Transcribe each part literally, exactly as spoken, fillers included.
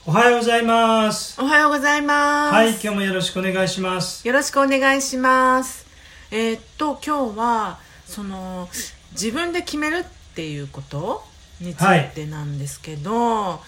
おはようございます。 おはようございます。 はい、今日もよろしくお願いします。 よろしくお願いします。えー、っと今日はその自分で決めるっていうことについてなんですけど、はい、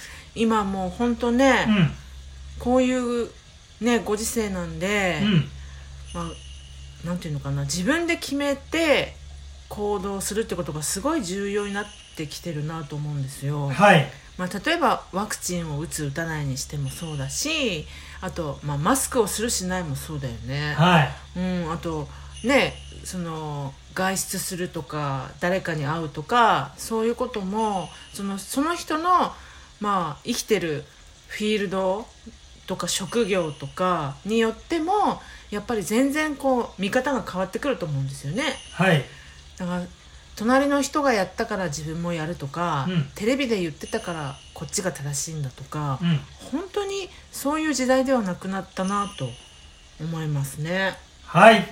今もう本当ね、うん、こういうねご時世なんで、うん、まあなんていうのかな、自分で決めて行動するってことがすごい重要になってきてるなと思うんですよ。 はい。 まあ、例えばワクチンを打つ打たないにしてもそうだし、あと、まあ、マスクをするしないもそうだよね。 はい。 うん、あとね、その外出するとか誰かに会うとかそういうこともその、その人の、まあ、生きてるフィールドとか職業とかによってもやっぱり全然こう見方が変わってくると思うんですよね。 はい。 だから隣の人がやったから自分もやるとか、うん、テレビで言ってたからこっちが正しいんだとか、うん、本当にそういう時代ではなくなったなと思いますね。 はい、 うん、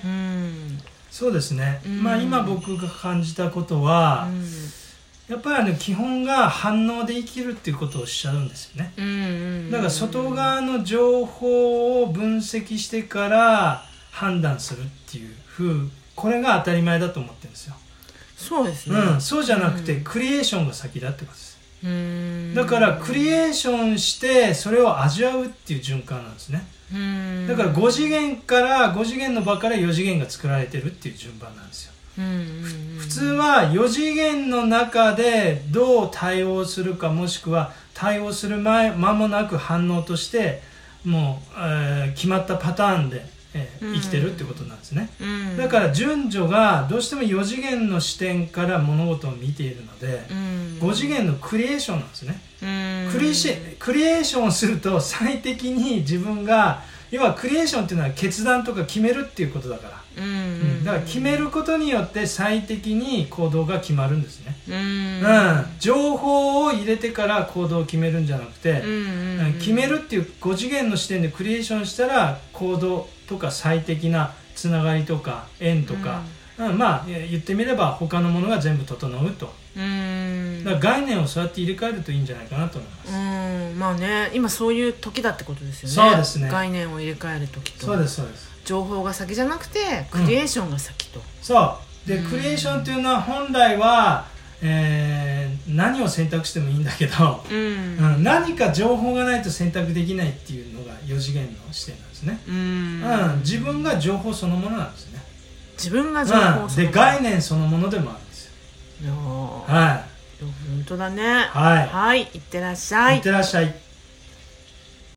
そうですね、うん、まあ今僕が感じたことは、うん、やっぱりあの基本が反応で生きるっていうことをおっしゃるんですよね、うんうんうん、だから外側の情報を分析してから判断するっていう風、これが当たり前だと思ってるんですよ。 そうですね、 うん、そうじゃなくて、うん、クリエーションが先だってことです。うーん、だからクリエーションしてそれを味わうっていう循環なんですね。うーん、だからご次元からご次元の場からよ次元が作られてるっていう順番なんですよ。うんうんうん、普通はよ次元の中でどう対応するか、もしくは対応する前間もなく反応としてもう、えー、決まったパターンでえー、生きてるってことなんですね、うん、だから順序がどうしてもよ次元の視点から物事を見ているので、うん、ご次元のクリエーションなんですね、うん、クリシクリエーションをすると最適に自分が、要はクリエーションっていうのは決断とか決めるっていうことだから、うんうん、だから決めることによって最適に行動が決まるんですね、うんうん、情報を入れてから行動を決めるんじゃなくて、うんうんうん、決めるっていうご次元の視点でクリエーションしたら行動とか最適なつながりとか縁とか、うんうん、まあ言ってみれば他のものが全部整うと、うん、だから概念をそうやって入れ替えるといいんじゃないかなと思います。 うん、まあね、今そういう時だってことですよね。 そうですね、 概念を入れ替える時と、 そうですそうです、 情報が先じゃなくてクリエーションが先と、うん、 そうで、うん、クリエーションっていうのは本来は、えー、何を選択してもいいんだけど、うんうん、何か情報がないと選択できないっていうのがよ次元の視点なんですね、うんうん、自分が情報そのものなんですね。 自分が情報そのもの、うん、 で概念そのものでもあるんですよ。 いや、 はい、 本当だね。 はい、 はい、いってらっしゃい。 いってらっしゃい。